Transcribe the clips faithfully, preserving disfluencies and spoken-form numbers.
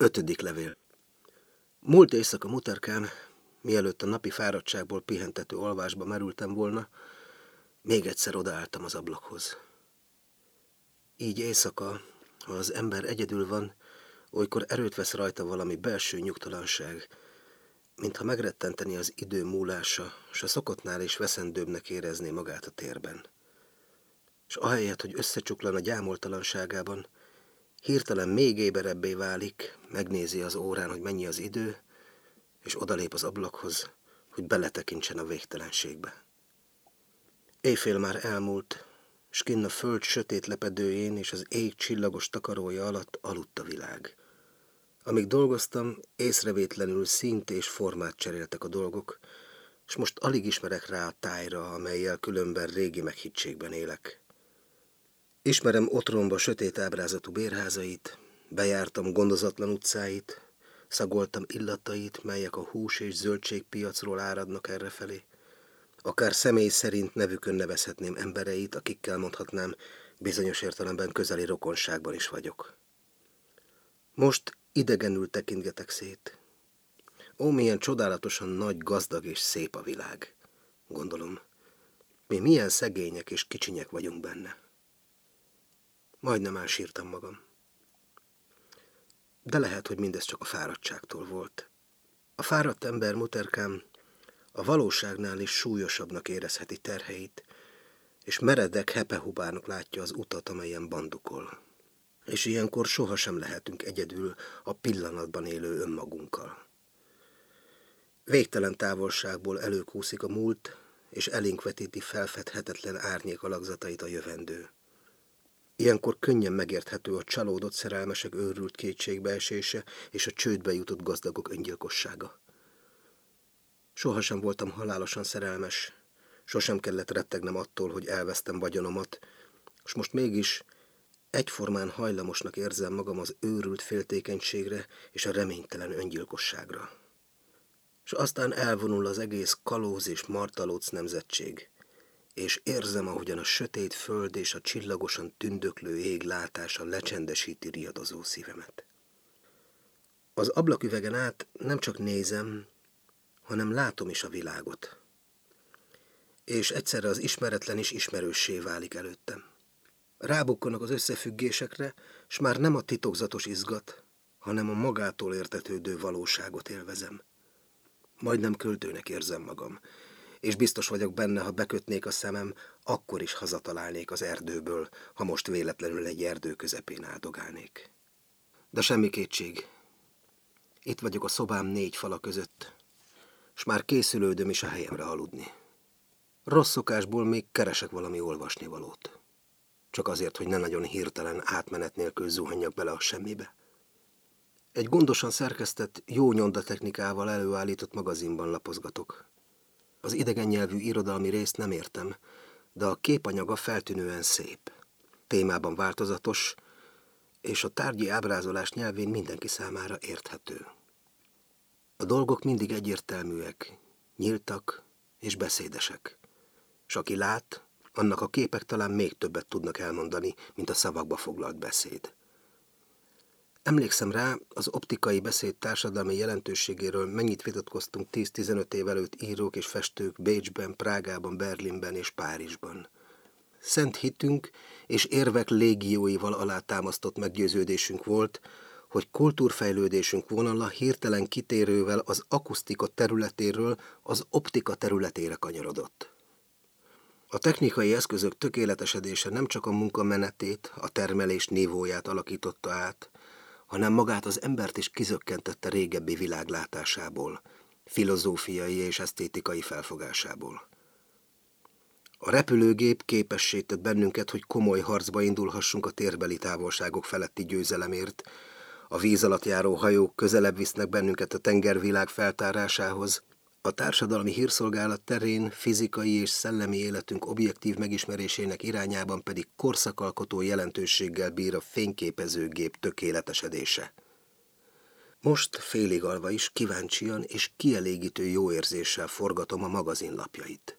Ötödik levél. Múlt éjszaka, Muterkám, mielőtt a napi fáradtságból pihentető alvásba merültem volna, még egyszer odaálltam az ablakhoz. Így éjszaka, ha az ember egyedül van, olykor erőt vesz rajta valami belső nyugtalanság, mintha megrettenteni az idő múlása, s a szokottnál is veszendőbbnek érezné magát a térben. És ahelyett, hogy összecsuklan a gyámoltalanságában, hirtelen még éberebbé válik, megnézi az órán, hogy mennyi az idő, és odalép az ablakhoz, hogy beletekintsen a végtelenségbe. Éjfél már elmúlt, s kinn a föld sötét lepedőjén és az ég csillagos takarója alatt aludt a világ. Amíg dolgoztam, észrevétlenül színt és formát cseréltek a dolgok, s most alig ismerek rá a tájra, amellyel különben régi meghittségben élek. Ismerem otromba sötét ábrázatú bérházait, bejártam gondozatlan utcáit, szagoltam illatait, melyek a hús- és zöldségpiacról áradnak errefelé. Akár személy szerint nevükön nevezhetném embereit, akikkel mondhatnám, bizonyos értelemben közeli rokonságban is vagyok. Most idegenül tekintgetek szét. Ó, milyen csodálatosan nagy, gazdag és szép a világ, gondolom. Mi milyen szegények és kicsinyek vagyunk benne. Majdnem elsírtam magam. De lehet, hogy mindez csak a fáradtságtól volt. A fáradt ember, Muterkám, a valóságnál is súlyosabbnak érezheti terheit, és meredek hepehubának látja az utat, amelyen bandukol. És ilyenkor sohasem lehetünk egyedül a pillanatban élő önmagunkkal. Végtelen távolságból előkúszik a múlt, és elénk vetíti felfedhetetlen árnyék alakzatait a jövendő. Ilyenkor könnyen megérthető a csalódott szerelmesek őrült kétségbeesése és a csődbe jutott gazdagok öngyilkossága. Sohasem voltam halálosan szerelmes, sosem kellett rettegnem attól, hogy elvesztem vagyonomat, és most mégis egyformán hajlamosnak érzem magam az őrült féltékenységre és a reménytelen öngyilkosságra. És aztán elvonul az egész kalóz és martalóc nemzetség, és érzem, ahogyan a sötét föld és a csillagosan tündöklő ég látása lecsendesíti riadozó szívemet. Az ablaküvegen át nem csak nézem, hanem látom is a világot. És egyszerre az ismeretlen is ismerőssé válik előttem. Rábukkanak az összefüggésekre, s már nem a titokzatos izgat, hanem a magától értetődő valóságot élvezem. Majdnem költőnek érzem magam, és biztos vagyok benne, ha bekötnék a szemem, akkor is hazatalálnék az erdőből, ha most véletlenül egy erdő közepén áldogálnék. De semmi kétség. Itt vagyok a szobám négy fala között, s már készülődöm is a helyemre aludni. Rossz szokásból még keresek valami olvasnivalót. Csak azért, hogy ne nagyon hirtelen átmenet nélkül zuhanjak bele a semmibe. Egy gondosan szerkesztett, jó nyomdatechnikával előállított magazinban lapozgatok. Az idegen nyelvű irodalmi részt nem értem, de a képanyaga feltűnően szép. Témában változatos, és a tárgyi ábrázolás nyelvén mindenki számára érthető. A dolgok mindig egyértelműek, nyíltak és beszédesek. S aki lát, annak a képek talán még többet tudnak elmondani, mint a szavakba foglalt beszéd. Emlékszem rá, az optikai beszéd társadalmi jelentőségéről mennyit vitatkoztunk tíz-tizenöt év előtt írók és festők Bécsben, Prágában, Berlinben és Párizsban. Szent hitünk és érvek légióival alátámasztott meggyőződésünk volt, hogy kultúrfejlődésünk vonala hirtelen kitérővel az akusztika területéről az optika területére kanyarodott. A technikai eszközök tökéletesedése nem csak a munka menetét, a termelés nívóját alakította át, hanem magát az embert is kizökkentette régebbi világlátásából, filozófiai és esztétikai felfogásából. A repülőgép képessé tett bennünket, hogy komoly harcba indulhassunk a térbeli távolságok feletti győzelemért, a víz alatt járó hajók közelebb visznek bennünket a tengervilág feltárásához, a társadalmi hírszolgálat terén fizikai és szellemi életünk objektív megismerésének irányában pedig korszakalkotó jelentőséggel bír a fényképezőgép tökéletesedése. Most félig alva is kíváncsian és kielégítő jó érzéssel forgatom a magazinlapjait.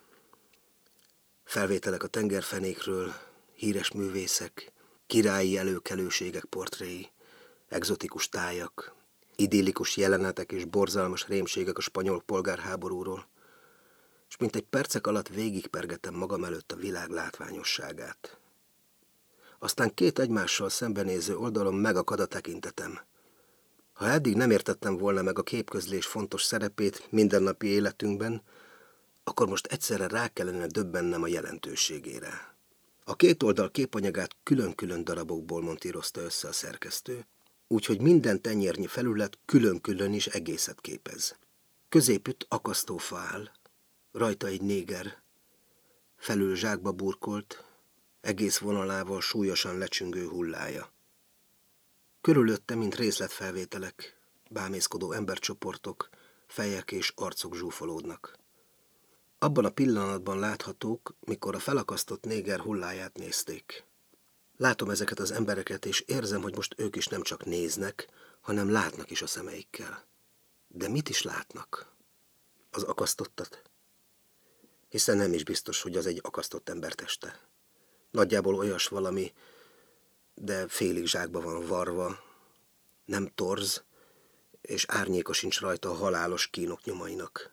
Felvételek a tengerfenékről, híres művészek, királyi előkelőségek portréi, egzotikus tájak, idillikus jelenetek és borzalmas rémségek a spanyol polgárháborúról, és mint egy percek alatt végigpergetem magam előtt a világ látványosságát. Aztán két egymással szembenéző oldalon megakad a tekintetem. Ha eddig nem értettem volna meg a képközlés fontos szerepét mindennapi életünkben, akkor most egyszerre rá kellene döbbennem a jelentőségére. A két oldal képanyagát külön-külön darabokból montírozta össze a szerkesztő, úgyhogy minden tenyérnyi felület külön-külön is egészet képez. Középütt akasztófa áll, rajta egy néger, felül zsákba burkolt, egész vonalával súlyosan lecsüngő hullája. Körülötte, mint részletfelvételek, bámészkodó embercsoportok, fejek és arcok zsúfolódnak. Abban a pillanatban láthatók, mikor a felakasztott néger hulláját nézték. Látom ezeket az embereket, és érzem, hogy most ők is nem csak néznek, hanem látnak is a szemeikkel. De mit is látnak? Az akasztottat? Hiszen nem is biztos, hogy az egy akasztott ember teste. Nagyjából olyas valami, de félig zsákba van varva, nem torz, és árnyéka sincs rajta a halálos kínok nyomainak.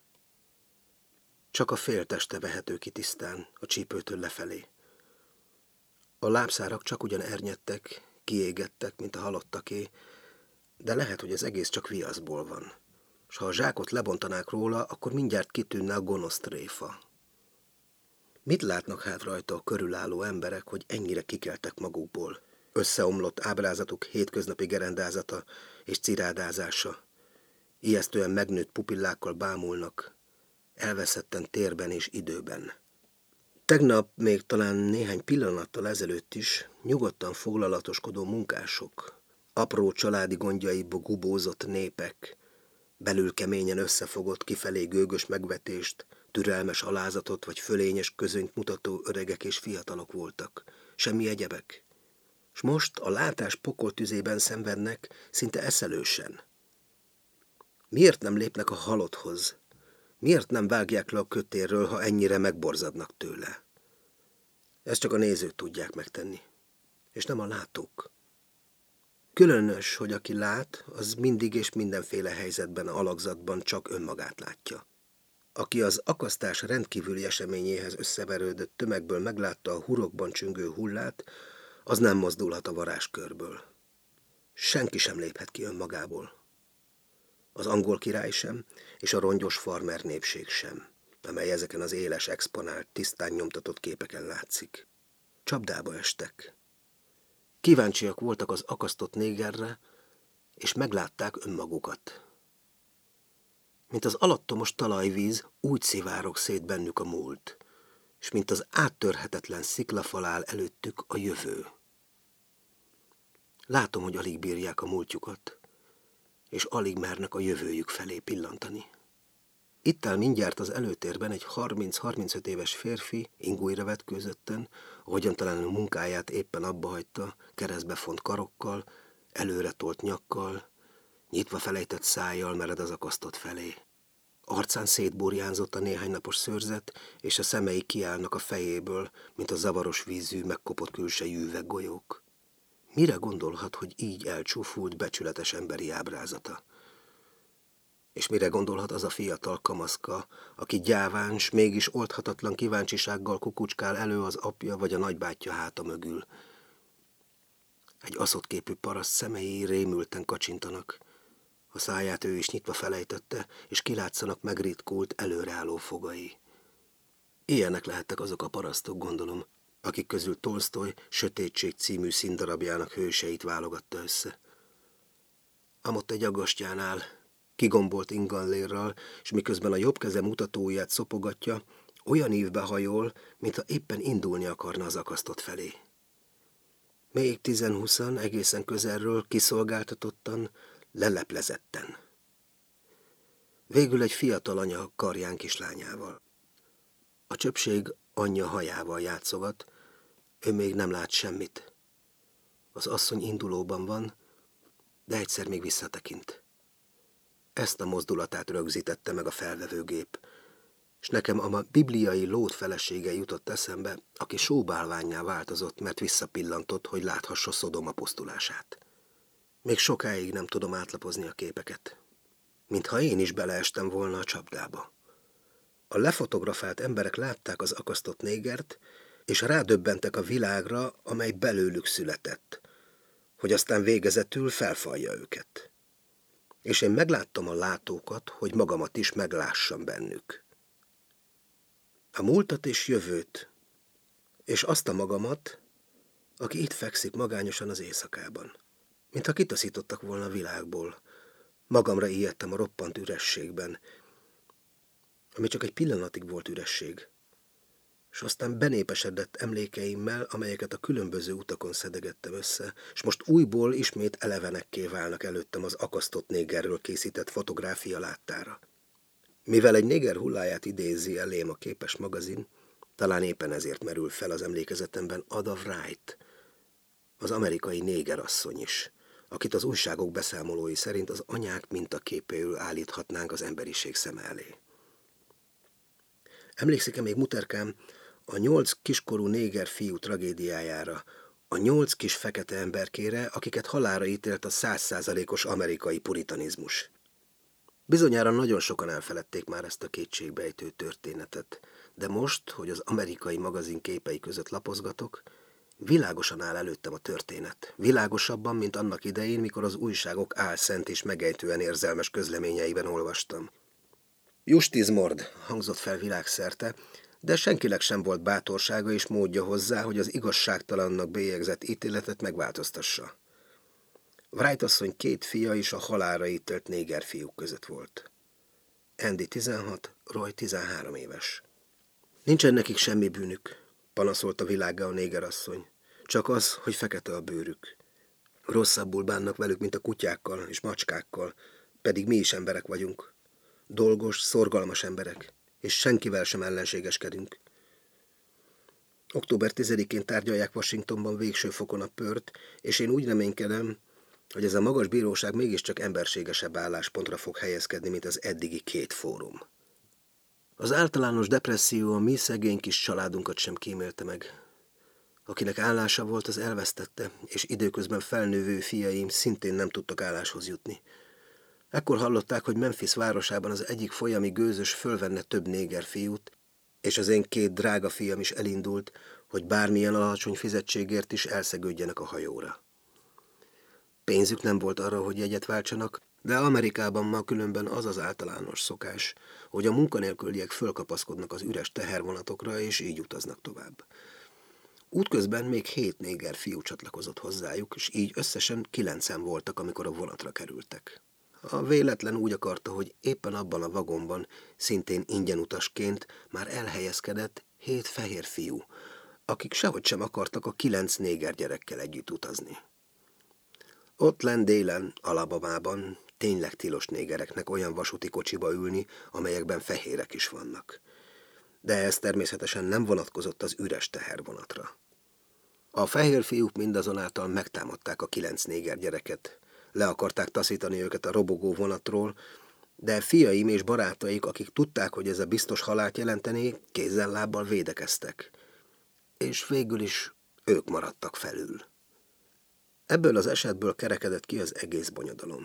Csak a fél teste vehető ki tisztán, a csípőtől lefelé. A lábszárak csak ugyan ernyedtek, kiégettek, mint a halottaké, de lehet, hogy az egész csak viaszból van. S ha a zsákot lebontanák róla, akkor mindjárt kitűnne a gonosz tréfa. Mit látnak hát rajta a körülálló emberek, hogy ennyire kikeltek magukból? Összeomlott ábrázatuk hétköznapi gerendázata és cirádázása. Ijesztően megnőtt pupillákkal bámulnak, elveszetten térben és időben. Tegnap, még talán néhány pillanattal ezelőtt is nyugodtan foglalatoskodó munkások, apró családi gondjaiba gubózott népek, belül keményen összefogott, kifelé gőgös megvetést, türelmes alázatot vagy fölényes közönyt mutató öregek és fiatalok voltak. Semmi egyebek. S most a látás pokoltüzében szenvednek, szinte eszelősen. Miért nem lépnek a halotthoz? Miért nem vágják le a kötérről, ha ennyire megborzadnak tőle? Ezt csak a nézők tudják megtenni, és nem a látók. Különös, hogy aki lát, az mindig és mindenféle helyzetben, alakzatban csak önmagát látja. Aki az akasztás rendkívüli eseményéhez összeverődött tömegből meglátta a hurokban csüngő hullát, az nem mozdulhat a varázskörből. Senki sem léphet ki önmagából. Az angol király sem, és a rongyos farmer népség sem, amely ezeken az éles exponált, tisztán nyomtatott képeken látszik. Csapdába estek. Kíváncsiak voltak az akasztott négerre, és meglátták önmagukat. Mint az alattomos talajvíz, úgy szivárog szét bennük a múlt, és mint az áttörhetetlen sziklafal áll előttük a jövő. Látom, hogy alig bírják a múltjukat, és alig mernek a jövőjük felé pillantani. Itt áll mindjárt az előtérben egy harminc-harmincöt éves férfi, ingújra vetkőzötten, ahogyan talán a munkáját éppen abba hagyta, keresztbe font karokkal, előre tolt nyakkal, nyitva felejtett szájjal mered az akasztott felé. Arcán szétburjánzott a néhány napos szőrzet, és a szemei kiállnak a fejéből, mint a zavaros vízű, megkopott külsejű üveggolyók. Mire gondolhat, hogy így elcsúfult, becsületes emberi ábrázata? És mire gondolhat az a fiatal kamaszka, aki gyáván, s mégis oldhatatlan kíváncsisággal kukucskál elő az apja vagy a nagybátyja háta mögül? Egy aszottképű paraszt szemei rémülten kacsintanak. A száját ő is nyitva felejtette, és kilátszanak megritkult, előreálló fogai. Ilyenek lehettek azok a parasztok, gondolom, akik közül Tolsztoj Sötétség című színdarabjának hőseit válogatta össze. Ám ott egy aggastyánál, kigombolt ingallérral, és miközben a jobb keze mutatóját szopogatja, olyan ívbe hajol, mintha éppen indulni akarna az akasztott felé. Még tizenhúszan, egészen közelről, kiszolgáltatottan, leleplezetten. Végül egy fiatal anya karján kislányával. A csöpség anyja hajával játszogat, ő még nem lát semmit. Az asszony indulóban van, de egyszer még visszatekint. Ezt a mozdulatát rögzítette meg a felvevőgép, és nekem a bibliai Lót felesége jutott eszembe, aki sóbálvánnyá változott, mert visszapillantott, hogy láthassa Szodoma pusztulását. Még sokáig nem tudom átlapozni a képeket, mintha én is beleestem volna a csapdába. A lefotografált emberek látták az akasztott négert, és rádöbbentek a világra, amely belőlük született, hogy aztán végezetül felfalja őket. És én megláttam a látókat, hogy magamat is meglássam bennük. A múltat és jövőt, és azt a magamat, aki itt fekszik magányosan az éjszakában. Mintha kitaszítottak volna a világból. Magamra ijedtem a roppant ürességben, ami csak egy pillanatig volt üresség, és aztán benépesedett emlékeimmel, amelyeket a különböző utakon szedegettem össze, és most újból ismét elevenekké válnak előttem az akasztott négerről készített fotográfia láttára. Mivel egy néger hulláját idézi elém a képes magazin, talán éppen ezért merül fel az emlékezetemben Ada Wright, az amerikai négerasszony is, akit az újságok beszámolói szerint az anyák mintaképéül állíthatnánk az emberiség szeme elé. Emlékszik-e még muterkám a nyolc kiskorú néger fiú tragédiájára, a nyolc kis fekete emberkére, akiket halálra ítélt a százszázalékos amerikai puritanizmus? Bizonyára nagyon sokan elfeledték már ezt a kétségbejtő történetet, de most, hogy az amerikai magazin képei között lapozgatok, világosan áll előttem a történet. Világosabban, mint annak idején, mikor az újságok álszent és megejtően érzelmes közleményeiben olvastam. Justizmord hangzott fel világszerte, de senkinek sem volt bátorsága és módja hozzá, hogy az igazságtalannak bélyegzett ítéletet megváltoztassa. Wright asszony két fia is a halálra ítélt néger fiúk között volt. Andy tizenhat, Roy tizenhárom éves. Nincsen nekik semmi bűnük, panaszolt a világgá a négerasszony. Csak az, hogy fekete a bőrük. Rosszabbul bánnak velük, mint a kutyákkal és macskákkal, pedig mi is emberek vagyunk. Dolgos, szorgalmas emberek, és senkivel sem ellenségeskedünk. október tizedikén tárgyalják Washingtonban végső fokon a pört, és én úgy reménykedem, hogy ez a magas bíróság mégiscsak emberségesebb álláspontra fog helyezkedni, mint az eddigi két fórum. Az általános depresszió a mi szegény kis családunkat sem kímélte meg. Akinek állása volt, az elvesztette, és időközben felnővő fiaim szintén nem tudtak álláshoz jutni. Ekkor hallották, hogy Memphis városában az egyik folyami gőzös fölvenne több néger fiút, és az én két drága fiam is elindult, hogy bármilyen alacsony fizetségért is elszegődjenek a hajóra. Pénzük nem volt arra, hogy jegyet váltsanak, de Amerikában ma különben az az általános szokás, hogy a munkanélküliek fölkapaszkodnak az üres tehervonatokra, és így utaznak tovább. Útközben még hét néger fiú csatlakozott hozzájuk, és így összesen kilencen voltak, amikor a vonatra kerültek. A véletlen úgy akarta, hogy éppen abban a vagonban, szintén ingyenutasként már elhelyezkedett hét fehér fiú, akik sehogy sem akartak a kilenc néger gyerekkel együtt utazni. Ott lenn délen, Alabamában tényleg tilos négereknek olyan vasúti kocsiba ülni, amelyekben fehérek is vannak. De ez természetesen nem vonatkozott az üres tehervonatra. A fehér fiúk mindazonáltal megtámadták a kilenc néger gyereket, le akarták taszítani őket a robogó vonatról, de fiaim és barátaik, akik tudták, hogy ez a biztos halált jelenteni, kézzel-lábbal védekeztek. És végül is ők maradtak felül. Ebből az esetből kerekedett ki az egész bonyodalom.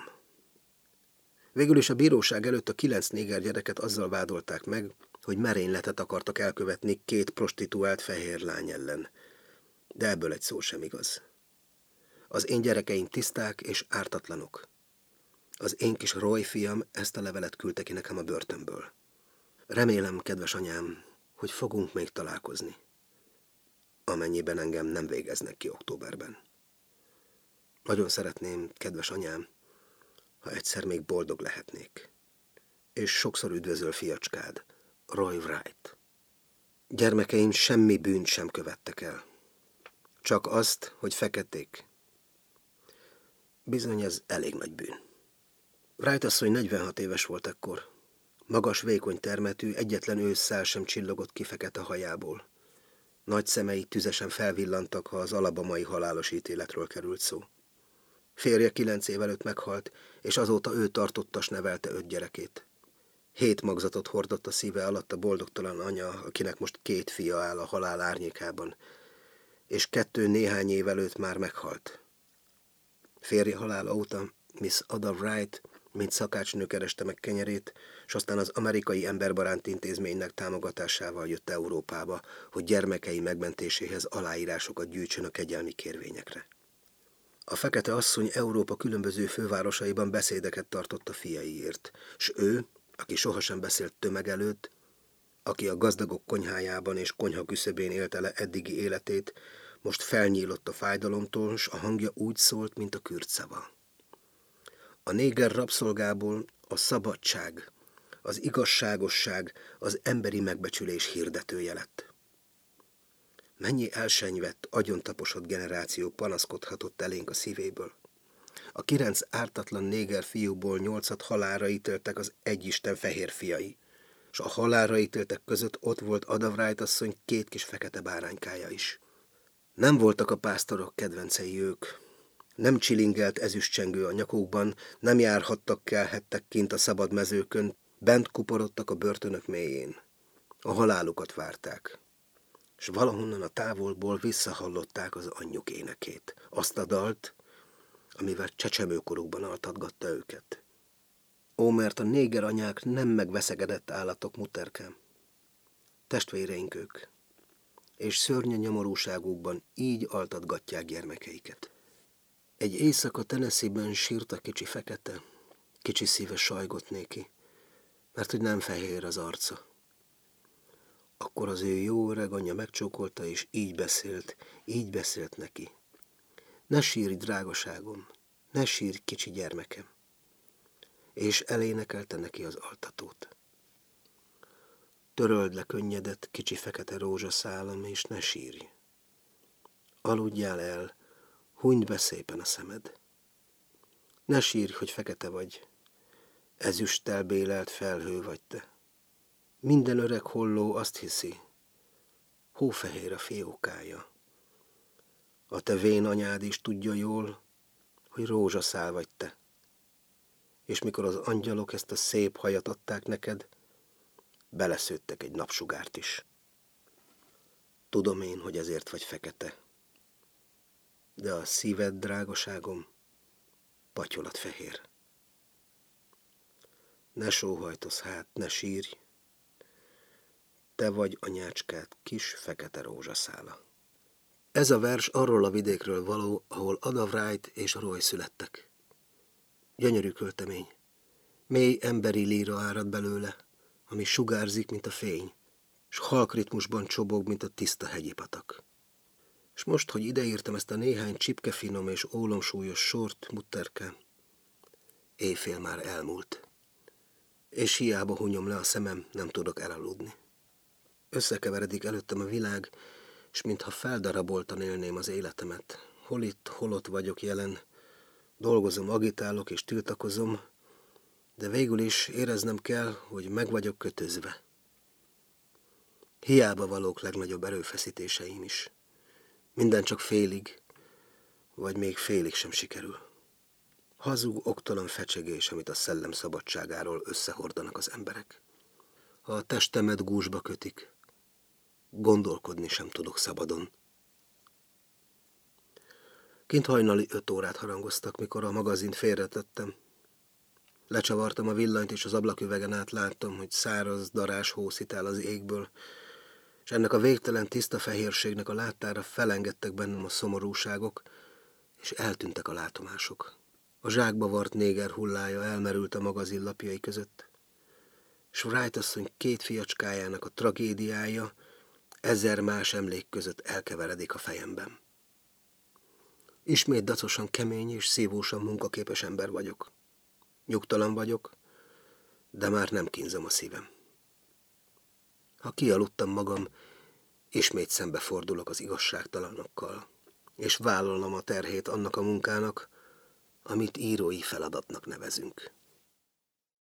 Végül is a bíróság előtt a kilenc néger gyereket azzal vádolták meg, hogy merényletet akartak elkövetni két prostituált fehér lány ellen. De ebből egy szó sem igaz. Az én gyerekeim tiszták és ártatlanok. Az én kis Roy fiam ezt a levelet küldte ki nekem a börtönből. Remélem, kedves anyám, hogy fogunk még találkozni, amennyiben engem nem végeznek ki októberben. Nagyon szeretném, kedves anyám, ha egyszer még boldog lehetnék. És sokszor üdvözöl fiacskád, Roy Wright. Gyermekeim semmi bűnt sem követtek el. Csak azt, hogy feketék. Bizony ez elég nagy bűn. Wright asszony negyvenhat éves volt ekkor. Magas, vékony termetű, egyetlen ősszál sem csillogott ki fekete hajából. Nagy szemei tüzesen felvillantak, ha az alabamai halálos ítéletről került szó. Férje kilenc év előtt meghalt, és azóta ő tartotta s nevelte öt gyerekét. Hét magzatot hordott a szíve alatt a boldogtalan anya, akinek most két fia áll a halál árnyékában, és kettő néhány év előtt már meghalt. Férje halála óta Miss Ada Wright, mint szakácsnő kereste meg kenyerét, és aztán az amerikai emberbarát intézménynek támogatásával jött Európába, hogy gyermekei megmentéséhez aláírásokat gyűjtsön a kegyelmi kérvényekre. A fekete asszony Európa különböző fővárosaiban beszédeket tartott a fiaiért, s ő, aki sohasem beszélt tömeg előtt, aki a gazdagok konyhájában és konyha küszöbén élte le eddigi életét, most felnyílott a fájdalomtól, s a hangja úgy szólt, mint a kürtszava. A néger rabszolgából a szabadság, az igazságosság, az emberi megbecsülés hirdetője lett. Mennyi elsenyvett, agyontaposott generáció panaszkodhatott elénk a szívéből. A kilenc ártatlan néger fiúból nyolcat halálra ítéltek az egyisten fehér fiai, s a halálra ítéltek között ott volt Ada Wright asszony két kis fekete báránykája is. Nem voltak a pásztorok kedvencei ők. Nem csilingelt ezüstcsengő a nyakukban, nem járhattak, kelhettek kint a szabad mezőkön, bent kuporodtak a börtönök mélyén. A halálukat várták. S valahonnan a távolból visszahallották az anyjuk énekét, azt a dalt, amivel csecsemőkorukban altatgatta őket. Ó, mert a néger anyák nem megveszegedett állatok, mutterkám. Testvéreink ők, és szörnyű nyomorúságukban így altatgatják gyermekeiket. Egy éjszaka Tennessee-ben sírt a kicsi fekete, kicsi szíve sajgott néki, mert hogy nem fehér az arca. Akkor az ő jó öreg anyja megcsókolta, és így beszélt, így beszélt neki. Ne sírj, drágaságom, ne sírj, kicsi gyermekem. És elénekelte neki az altatót. Töröld le könnyedet, kicsi fekete rózsaszálam, és ne sírj. Aludjál el, hunyd be szépen a szemed. Ne sírj, hogy fekete vagy, ezüsttel bélelt felhő vagy te. Minden öreg holló azt hiszi, hófehér a fiókája. A te vén anyád is tudja jól, hogy rózsaszál vagy te. És mikor az angyalok ezt a szép hajat adták neked, beleszőttek egy napsugárt is. Tudom én, hogy ezért vagy fekete, de a szíved, drágaságom, patyolatfehér. Ne sóhajtoz hát, ne sírj, te vagy anyácskát kis fekete rózsaszála. Ez a vers arról a vidékről való, ahol Ada Wright és Roy születtek. Gyönyörű költemény, mély emberi líra árad belőle, ami sugárzik, mint a fény, s halk ritmusban csobog, mint a tiszta hegyi patak. És most, hogy ideírtam ezt a néhány csipkefinom és ólomsúlyos sort, mutterkám, éjfél már elmúlt, és hiába hunyom le a szemem, nem tudok elaludni. Összekeveredik előttem a világ, s mintha feldaraboltan élném az életemet. Hol itt, hol ott vagyok jelen, dolgozom, agitálok és tiltakozom, de végül is éreznem kell, hogy meg vagyok kötözve. Hiába valók legnagyobb erőfeszítéseim is. Minden csak félig, vagy még félig sem sikerül. Hazug, oktalan fecsegés, amit a szellem szabadságáról összehordanak az emberek. Ha a testemet gúzsba kötik, gondolkodni sem tudok szabadon. Kint hajnali öt órát harangoztak, mikor a magazint félretettem. Lecsavartam a villanyt, és az ablaküvegen át láttam, hogy száraz, darás hó szitál az égből, és ennek a végtelen tiszta fehérségnek a láttára felengedtek bennem a szomorúságok, és eltűntek a látomások. A zsákba vart néger hullája elmerült a magazin lapjai között, és Wright asszony két fiacskájának a tragédiája ezer más emlék között elkeveredik a fejemben. Ismét dacosan kemény és szívósan munkaképes ember vagyok. Nyugtalan vagyok, de már nem kínzom a szívem. Ha kialudtam magam, ismét szembefordulok az igazságtalanokkal, és vállalom a terhét annak a munkának, amit írói feladatnak nevezünk.